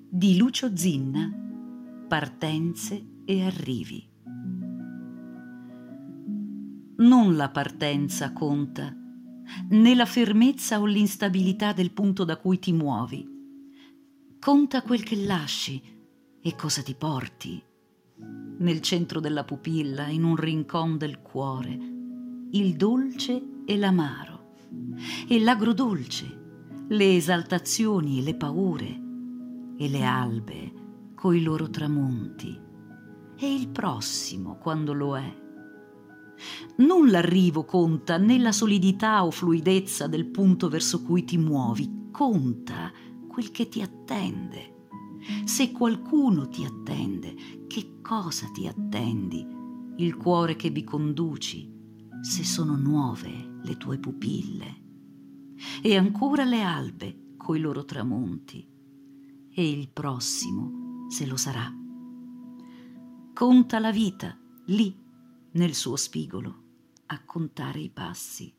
di Lucio Zinna, Partenze e arrivi. Non la partenza conta, né la fermezza o l'instabilità del punto da cui ti muovi. Conta quel che lasci e cosa ti porti. Nel centro della pupilla, in un rincon del cuore, il dolce e l'amaro, e l'agrodolce, le esaltazioni e le paure, e le albe coi loro tramonti, e il prossimo quando lo è. Non l'arrivo conta né la solidità o fluidezza del punto verso cui ti muovi, conta quel che ti attende. Se qualcuno ti attende, che cosa ti attendi? Il cuore che vi conduci, se sono nuove le tue pupille. E ancora le albe coi loro tramonti, e il prossimo se lo sarà. Conta la vita lì, nel suo spigolo, a contare i passi.